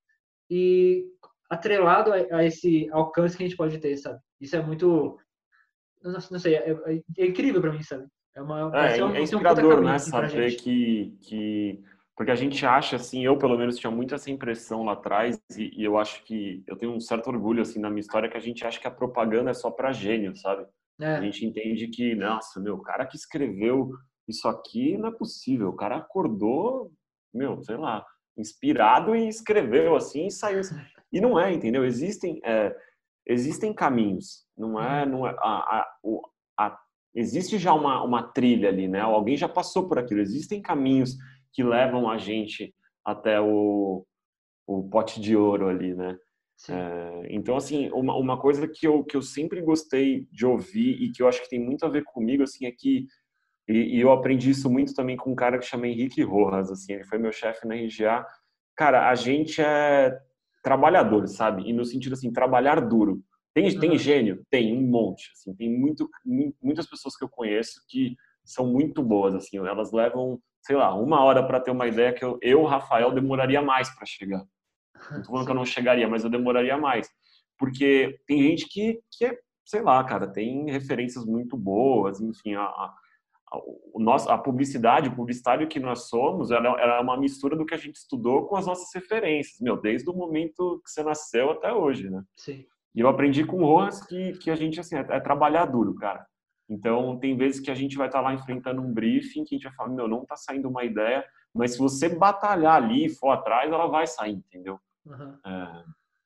e atrelado a, a esse alcance que a gente pode ter, sabe? Isso é muito, não, não sei, é, é, é incrível para mim, sabe? É uma, vai É, ser é um, ser um puta inspirador, caminho né? assim pra Saber gente. que, que... Porque a gente acha, assim, eu pelo menos tinha muito essa impressão lá atrás e, e eu acho que... Eu tenho um certo orgulho, assim, na minha história que a gente acha que a propaganda é só pra gênio, sabe? A É, gente entende que, nossa, meu, o cara que escreveu isso aqui não é possível. O cara acordou, meu, sei lá, inspirado e escreveu assim e saiu. E não é, entendeu? Existem, é, existem caminhos. Não é, uhum, não é a, a, o- a- existe já uma, uma trilha ali, né? Alguém já passou por aquilo. Existem caminhos que levam a gente até o, o pote de ouro ali, né? É, então, assim, uma, uma coisa que eu, que eu sempre gostei de ouvir e que eu acho que tem muito a ver comigo, assim, é que, e, e eu aprendi isso muito também com um cara que chama Henrique Rojas, assim, ele foi meu chefe na R G A. Cara, a gente é trabalhador, sabe? E no sentido, assim, trabalhar duro. Tem, tem Uhum. gênio? Tem, um monte, assim, tem muito, muitas pessoas que eu conheço que são muito boas, assim, elas levam, sei lá, uma hora para ter uma ideia que eu, eu Rafael, demoraria mais para chegar. Não tô falando que eu não chegaria, mas eu demoraria mais. Porque tem gente que, que é, sei lá, cara, tem referências muito boas, enfim, a, a, a, o nosso, a publicidade, o publicitário que nós somos, ela, ela é uma mistura do que a gente estudou com as nossas referências, meu, desde o momento que você nasceu até hoje, né? Sim. E eu aprendi com o Rojas que, que a gente, assim, é, é trabalhar duro, cara. Então, tem vezes que a gente vai estar lá enfrentando um briefing que a gente vai falar, meu, não tá saindo uma ideia, mas se você batalhar ali e for atrás, ela vai sair, entendeu? Uhum. É,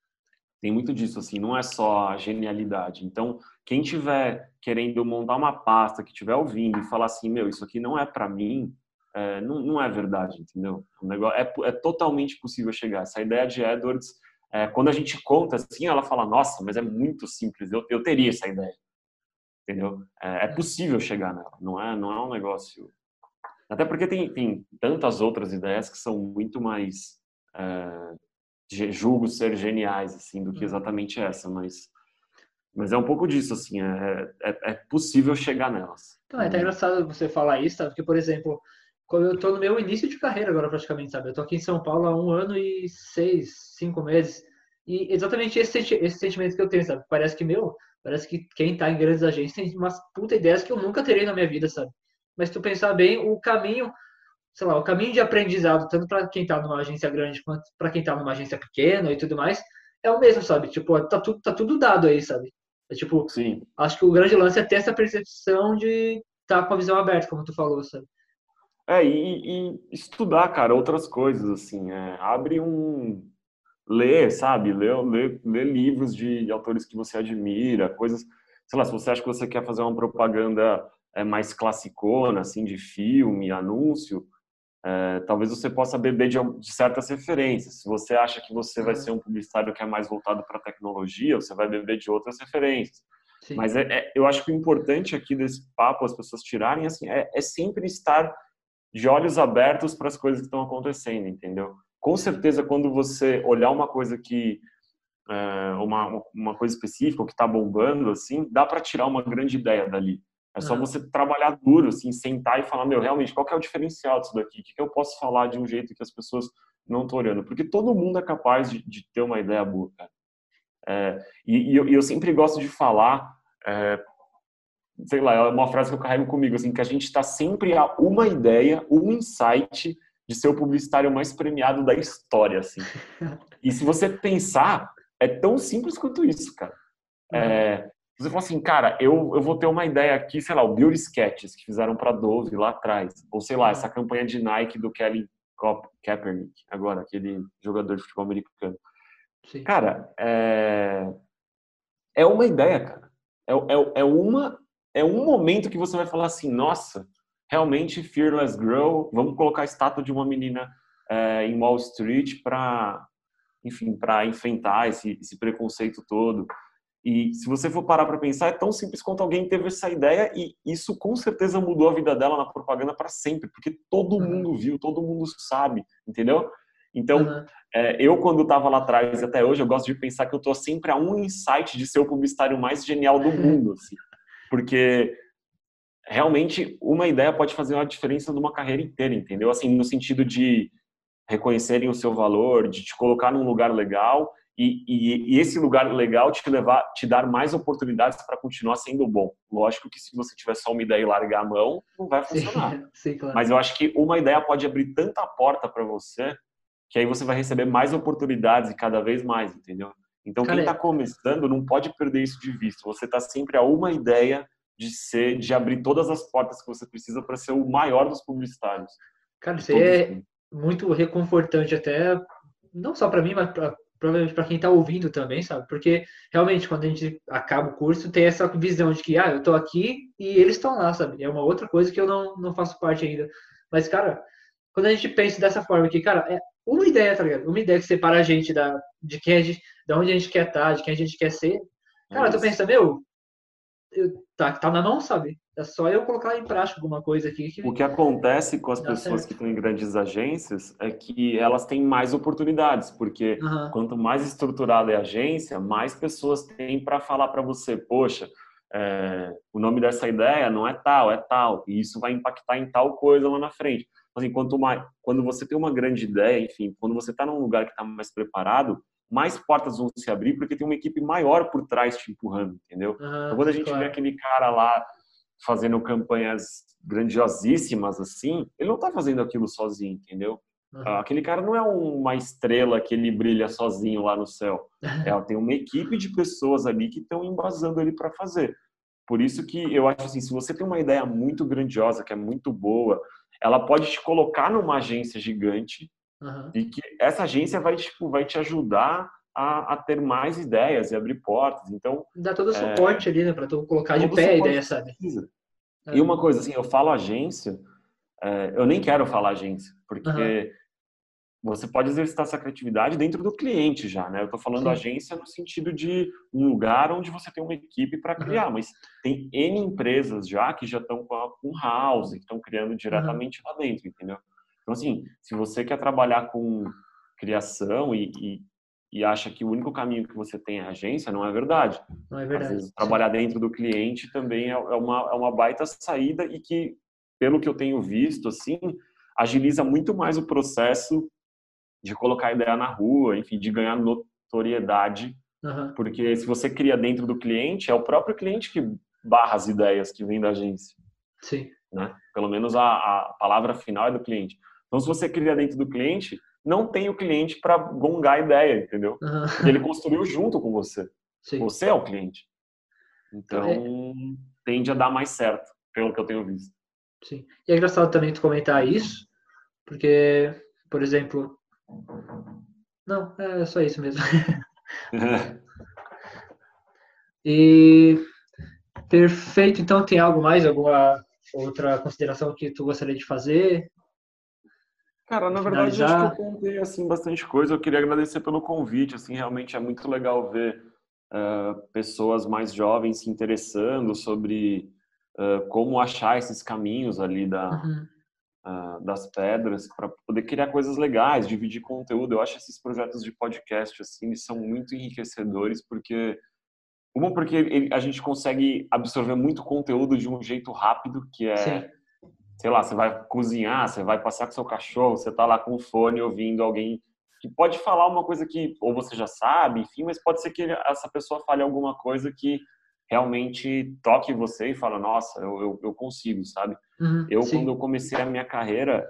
tem muito disso, assim, não é só a genialidade. Então, quem tiver querendo montar uma pasta, que tiver ouvindo e falar assim, meu, isso aqui não é para mim, é, não, não é verdade, entendeu? O negócio é, é totalmente possível chegar. Essa ideia de Edwards, é, quando a gente conta assim, ela fala, nossa, mas é muito simples, eu, eu teria essa ideia, entendeu? É, é possível chegar nela, não é, não é um negócio... Até porque tem, tem tantas outras ideias que são muito mais... É, julgo ser geniais, assim, do que exatamente essa, mas, mas é um pouco disso, assim, é, é, é possível chegar nelas. Então, é até engraçado você falar isso, sabe? Porque, por exemplo, quando eu tô no meu início de carreira agora, praticamente, sabe? Eu tô aqui em São Paulo há um ano e seis, cinco meses, e exatamente esse, senti esse sentimento que eu tenho, sabe? Parece que, meu, parece que quem tá em grandes agências tem umas puta ideias que eu nunca terei na minha vida, sabe? Mas se tu pensar bem, o caminho, sei lá, o caminho de aprendizado, tanto para quem tá numa agência grande quanto para quem tá numa agência pequena e tudo mais, é o mesmo, sabe? Tipo, tá tudo, tá tudo dado aí, sabe? É tipo, Sim. acho que o grande lance é ter essa percepção de estar tá com a visão aberta, como tu falou, sabe? É, e, e estudar, cara, outras coisas, assim, é, abre um... Ler, sabe? Ler, ler, ler livros de autores que você admira, coisas... Sei lá, se você acha que você quer fazer uma propaganda é, mais classicona, assim, de filme, anúncio, é, talvez você possa beber de, de certas referências. Se você acha que você vai ser um publicitário que é mais voltado para a tecnologia, você vai beber de outras referências. Sim. Mas é, é, eu acho que o importante aqui desse papo, as pessoas tirarem, assim, é, é sempre estar de olhos abertos para as coisas que estão acontecendo, entendeu? Com certeza, quando você olhar uma coisa que é, uma, uma coisa específica, que está bombando, assim, dá para tirar uma grande ideia dali. É só Uhum. você trabalhar duro, assim, sentar e falar, meu, realmente, qual que é o diferencial disso daqui? O que, que eu posso falar de um jeito que as pessoas não estão olhando? Porque todo mundo é capaz de, de ter uma ideia boa, cara. É, e, e, eu, e eu sempre gosto de falar, é, sei lá, é uma frase que eu carrego comigo, assim, que a gente está sempre a uma ideia, um insight de ser o publicitário mais premiado da história, assim. E se você pensar, é tão simples quanto isso, cara. Uhum. É, você fala assim, cara, eu, eu vou ter uma ideia aqui, sei lá, o Beauty Sketches que fizeram para Dove lá atrás, ou sei lá, essa campanha de Nike do Kelly Kaepernick, agora, aquele jogador de futebol americano. Sim. Cara, é, é uma ideia, cara. É, é, é, uma, é um momento que você vai falar assim, nossa, realmente Fearless Girl, vamos colocar a estátua de uma menina é, em Wall Street para, enfim, para enfrentar esse, esse preconceito todo. E se você for parar para pensar, é tão simples quanto alguém teve essa ideia e isso com certeza mudou a vida dela na propaganda para sempre, porque todo Uhum. mundo viu, todo mundo sabe, entendeu? Então, Uhum. é, eu quando estava lá atrás e até hoje, eu gosto de pensar que eu tô sempre a um insight de ser o publicitário mais genial do mundo, assim, porque realmente uma ideia pode fazer uma diferença numa carreira inteira, entendeu? Assim, no sentido de reconhecerem o seu valor, de te colocar num lugar legal e, e, e esse lugar legal te levar, te dar mais oportunidades para continuar sendo bom. Lógico que se você tiver só uma ideia e largar a mão, não vai funcionar. Sim, sim, claro. Mas eu acho que uma ideia pode abrir tanta porta para você que aí você vai receber mais oportunidades e cada vez mais, entendeu? Então Cara, quem está começando não pode perder isso de vista. Você está sempre a uma ideia de ser, de abrir todas as portas que você precisa para ser o maior dos publicitários. Cara, de isso todos os é tempos. muito reconfortante até, não só para mim, mas pra, provavelmente para quem está ouvindo também, sabe? Porque realmente quando a gente acaba o curso tem essa visão de que, ah, eu tô aqui e eles estão lá, sabe? É uma outra coisa que eu não, não faço parte ainda. Mas, cara, quando a gente pensa dessa forma que, cara, é uma ideia, tá ligado? Uma ideia que separa a gente da, de quem a gente, de onde a gente quer estar, de quem a gente quer ser. Cara, É tu isso. pensa, meu, eu, tá, tá na mão, sabe? É só eu colocar em prática alguma coisa aqui que O que acontece com as dá pessoas que certo. estão em grandes agências é que elas têm mais oportunidades, porque Aham, quanto mais estruturada é a agência, mais pessoas têm para falar para você, poxa, é, o nome dessa ideia não é tal, é tal, e isso vai impactar em tal coisa lá na frente. Assim, quanto mais, quando você tem uma grande ideia, enfim, quando você está num lugar que está mais preparado, mais portas vão se abrir porque tem uma equipe maior por trás te empurrando, entendeu? Então, aham, quando a gente vê claro. aquele cara lá fazendo campanhas grandiosíssimas assim, ele não está fazendo aquilo sozinho, entendeu? Aham. Aquele cara não é uma estrela que ele brilha sozinho lá no céu. É, tem uma equipe de pessoas ali que estão embasando ele para fazer. Por isso que eu acho assim, se você tem uma ideia muito grandiosa, que é muito boa, ela pode te colocar numa agência gigante Aham. e que essa agência vai, tipo, vai te ajudar a, a ter mais ideias e abrir portas. Então, Dá todo o é, suporte ali, né, pra tu colocar de todo o pé a suporte ideia, que você sabe? precisa. E É. uma coisa assim, eu falo agência, é, eu nem quero falar agência, Aham, porque você pode exercitar essa criatividade dentro do cliente já, né? Eu estou falando sim. agência no sentido de um lugar onde você tem uma equipe para Aham, criar, mas tem N empresas já que já estão com a- com house, que estão criando aham. diretamente lá dentro, entendeu? Então, assim, se você quer trabalhar com criação e, e, e acha que o único caminho que você tem é a agência, não é verdade. Não é Às verdade. vezes, Sim. trabalhar dentro do cliente também é, é uma, é uma baita saída e que, pelo que eu tenho visto, assim, agiliza muito mais o processo de colocar a ideia na rua, enfim, de ganhar notoriedade, Aham, porque se você cria dentro do cliente, é o próprio cliente que barra as ideias que vem da agência, sim. né? Pelo menos a, a palavra final é do cliente. Então, se você cria dentro do cliente, não tem o cliente para gongar a ideia, entendeu? Porque ele Aham, construiu junto com você. sim. Você é o cliente. Então, é, Então, tende a dar mais certo, pelo que eu tenho visto. sim. E é engraçado também tu comentar isso, porque, por exemplo, não, é só isso mesmo. E perfeito. Então, tem algo mais, alguma outra consideração que tu gostaria de fazer Cara, para na verdade, acho que eu finalizar? contei assim bastante coisa. Eu queria agradecer pelo convite. Assim, realmente é muito legal ver eh, pessoas mais jovens se interessando sobre eh, como achar esses caminhos ali da, Uhum. ah, das pedras para poder criar coisas legais, dividir conteúdo. Eu acho esses projetos de podcast assim, eles são muito enriquecedores porque uma porque ele- a gente consegue absorver muito conteúdo de um jeito rápido, que é Sim, sei lá, você vai cozinhar, você vai passear com seu cachorro, você tá lá com o fone ouvindo alguém que pode falar uma coisa que ou você já sabe, enfim, mas pode ser que essa pessoa fale alguma coisa que realmente toque você e fala, nossa, eu, eu, eu consigo, sabe? uhum. Eu, quando eu Sim, comecei a minha carreira,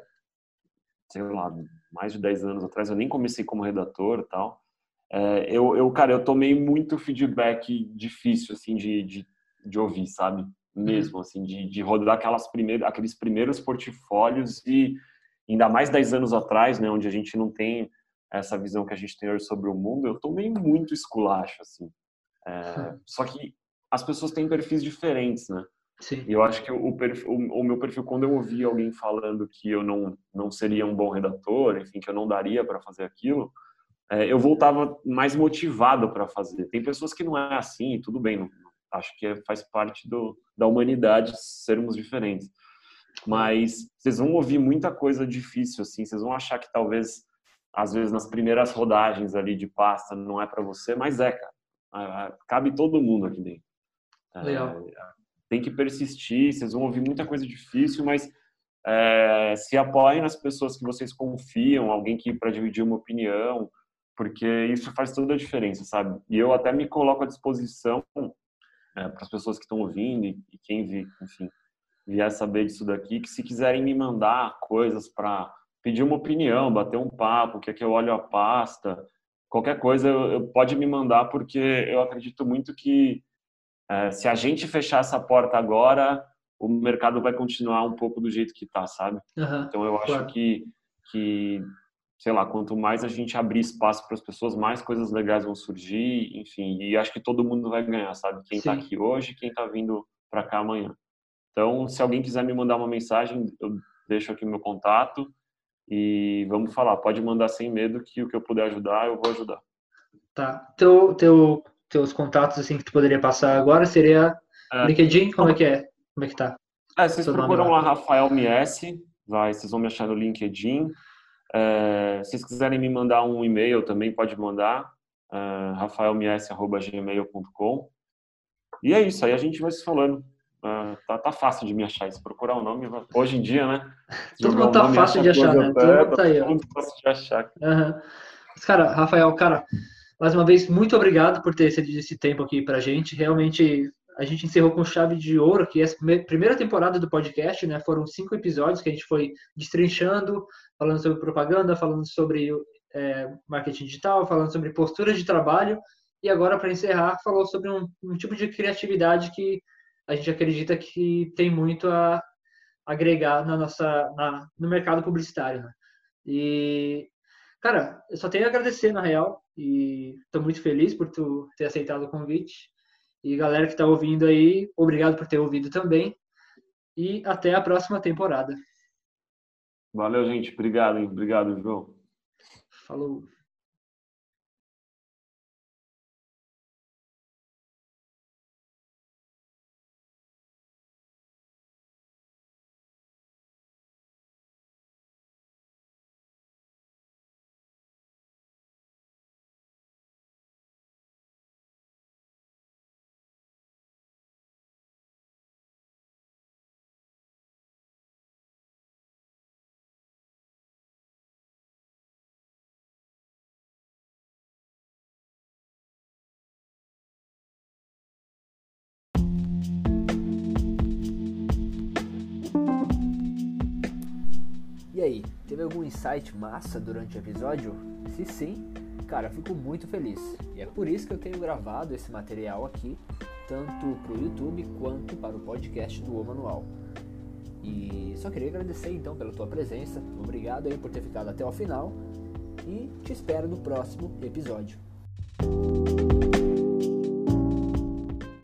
sei lá, mais de dez anos atrás, eu nem comecei como redator e tal, é, eu, eu, cara, eu tomei muito feedback difícil, assim, de, de, de ouvir, sabe? uhum. Mesmo, assim, de, de rodar aquelas primeiras, aqueles primeiros portfólios e ainda mais dez anos atrás, né, onde a gente não tem essa visão que a gente tem hoje sobre o mundo, eu tomei muito esculacho, assim. É, só que as pessoas têm perfis diferentes, né? E Sim, eu acho que o, perfil, o, o meu perfil, quando eu ouvi alguém falando que eu não, não seria um bom redator, enfim, que eu não daria para fazer aquilo, é, eu voltava mais motivado para fazer. Tem pessoas que não é assim, e tudo bem, não, acho que é, faz parte do, da humanidade sermos diferentes. claro. Mas vocês vão ouvir muita coisa difícil, assim, vocês vão achar que talvez, às vezes, nas primeiras rodagens ali de pasta não é para você, mas é, cara. Ah, ah, cabe todo mundo aqui dentro. Legal. Tem que persistir, vocês vão ouvir muita coisa difícil, mas é, se apoiem nas pessoas que vocês confiam, alguém que para dividir uma opinião, porque isso faz toda a diferença, sabe? E eu até me coloco à disposição é, para as pessoas que estão ouvindo e, e quem vi, enfim, vier saber disso daqui, que se quiserem me mandar coisas para pedir uma opinião, bater um papo, que é que eu olho a pasta, qualquer coisa, eu, eu pode me mandar, porque eu acredito muito que é, se a gente fechar essa porta agora, o mercado vai continuar um pouco do jeito que está, sabe? Aham, Então eu acho claro. que, que, sei lá, quanto mais a gente abrir espaço para as pessoas, mais coisas legais vão surgir, enfim, e acho que todo mundo vai ganhar, sabe? Quem está Sim. aqui hoje, quem está vindo para cá amanhã. Então, se alguém quiser me mandar uma mensagem, eu deixo aqui meu contato e vamos falar. Pode mandar sem medo que o que eu puder ajudar, eu vou ajudar. Tá. Teu, teu, teus contatos, assim, que tu poderia passar agora seria É, LinkedIn? Como é que é? Como é que tá? é, vocês Seu nome procuram lá lá. Rafael Mies, vai, vocês vão me achar no LinkedIn. É, se vocês quiserem me mandar um e-mail também, pode mandar, é, rafael mies arroba gmail ponto com. E é isso, aí a gente vai se falando. É, tá, tá fácil de me achar, se procurar o nome, hoje em dia, né? Todo Jogar mundo o tá nome, fácil acha de achar, coisa né? Todo até, mundo tá tá aí, ó. muito fácil de achar. Aham. Mas, cara, Rafael, cara, mais uma vez, muito obrigado por ter cedido esse tempo aqui pra gente. Realmente, a gente encerrou com chave de ouro aqui essa prime- primeira temporada do podcast, né? Foram cinco episódios que a gente foi destrinchando, falando sobre propaganda, falando sobre é, marketing digital, falando sobre posturas de trabalho. E agora, para encerrar, falou sobre um, um tipo de criatividade que a gente acredita que tem muito a agregar na nossa, na, no mercado publicitário, né? E cara, eu só tenho a agradecer, na real, e estou muito feliz por tu ter aceitado o convite. E galera que está ouvindo aí, obrigado por ter ouvido também. E até a próxima temporada. Valeu, gente. Obrigado, hein? Obrigado, João. Falou! E aí, teve algum insight massa durante o episódio? Se sim, cara, eu fico muito feliz. E é por isso que eu tenho gravado esse material aqui, tanto para o YouTube quanto para o podcast do O Manual. E só queria agradecer então pela tua presença. Obrigado aí por ter ficado até o final. E te espero no próximo episódio.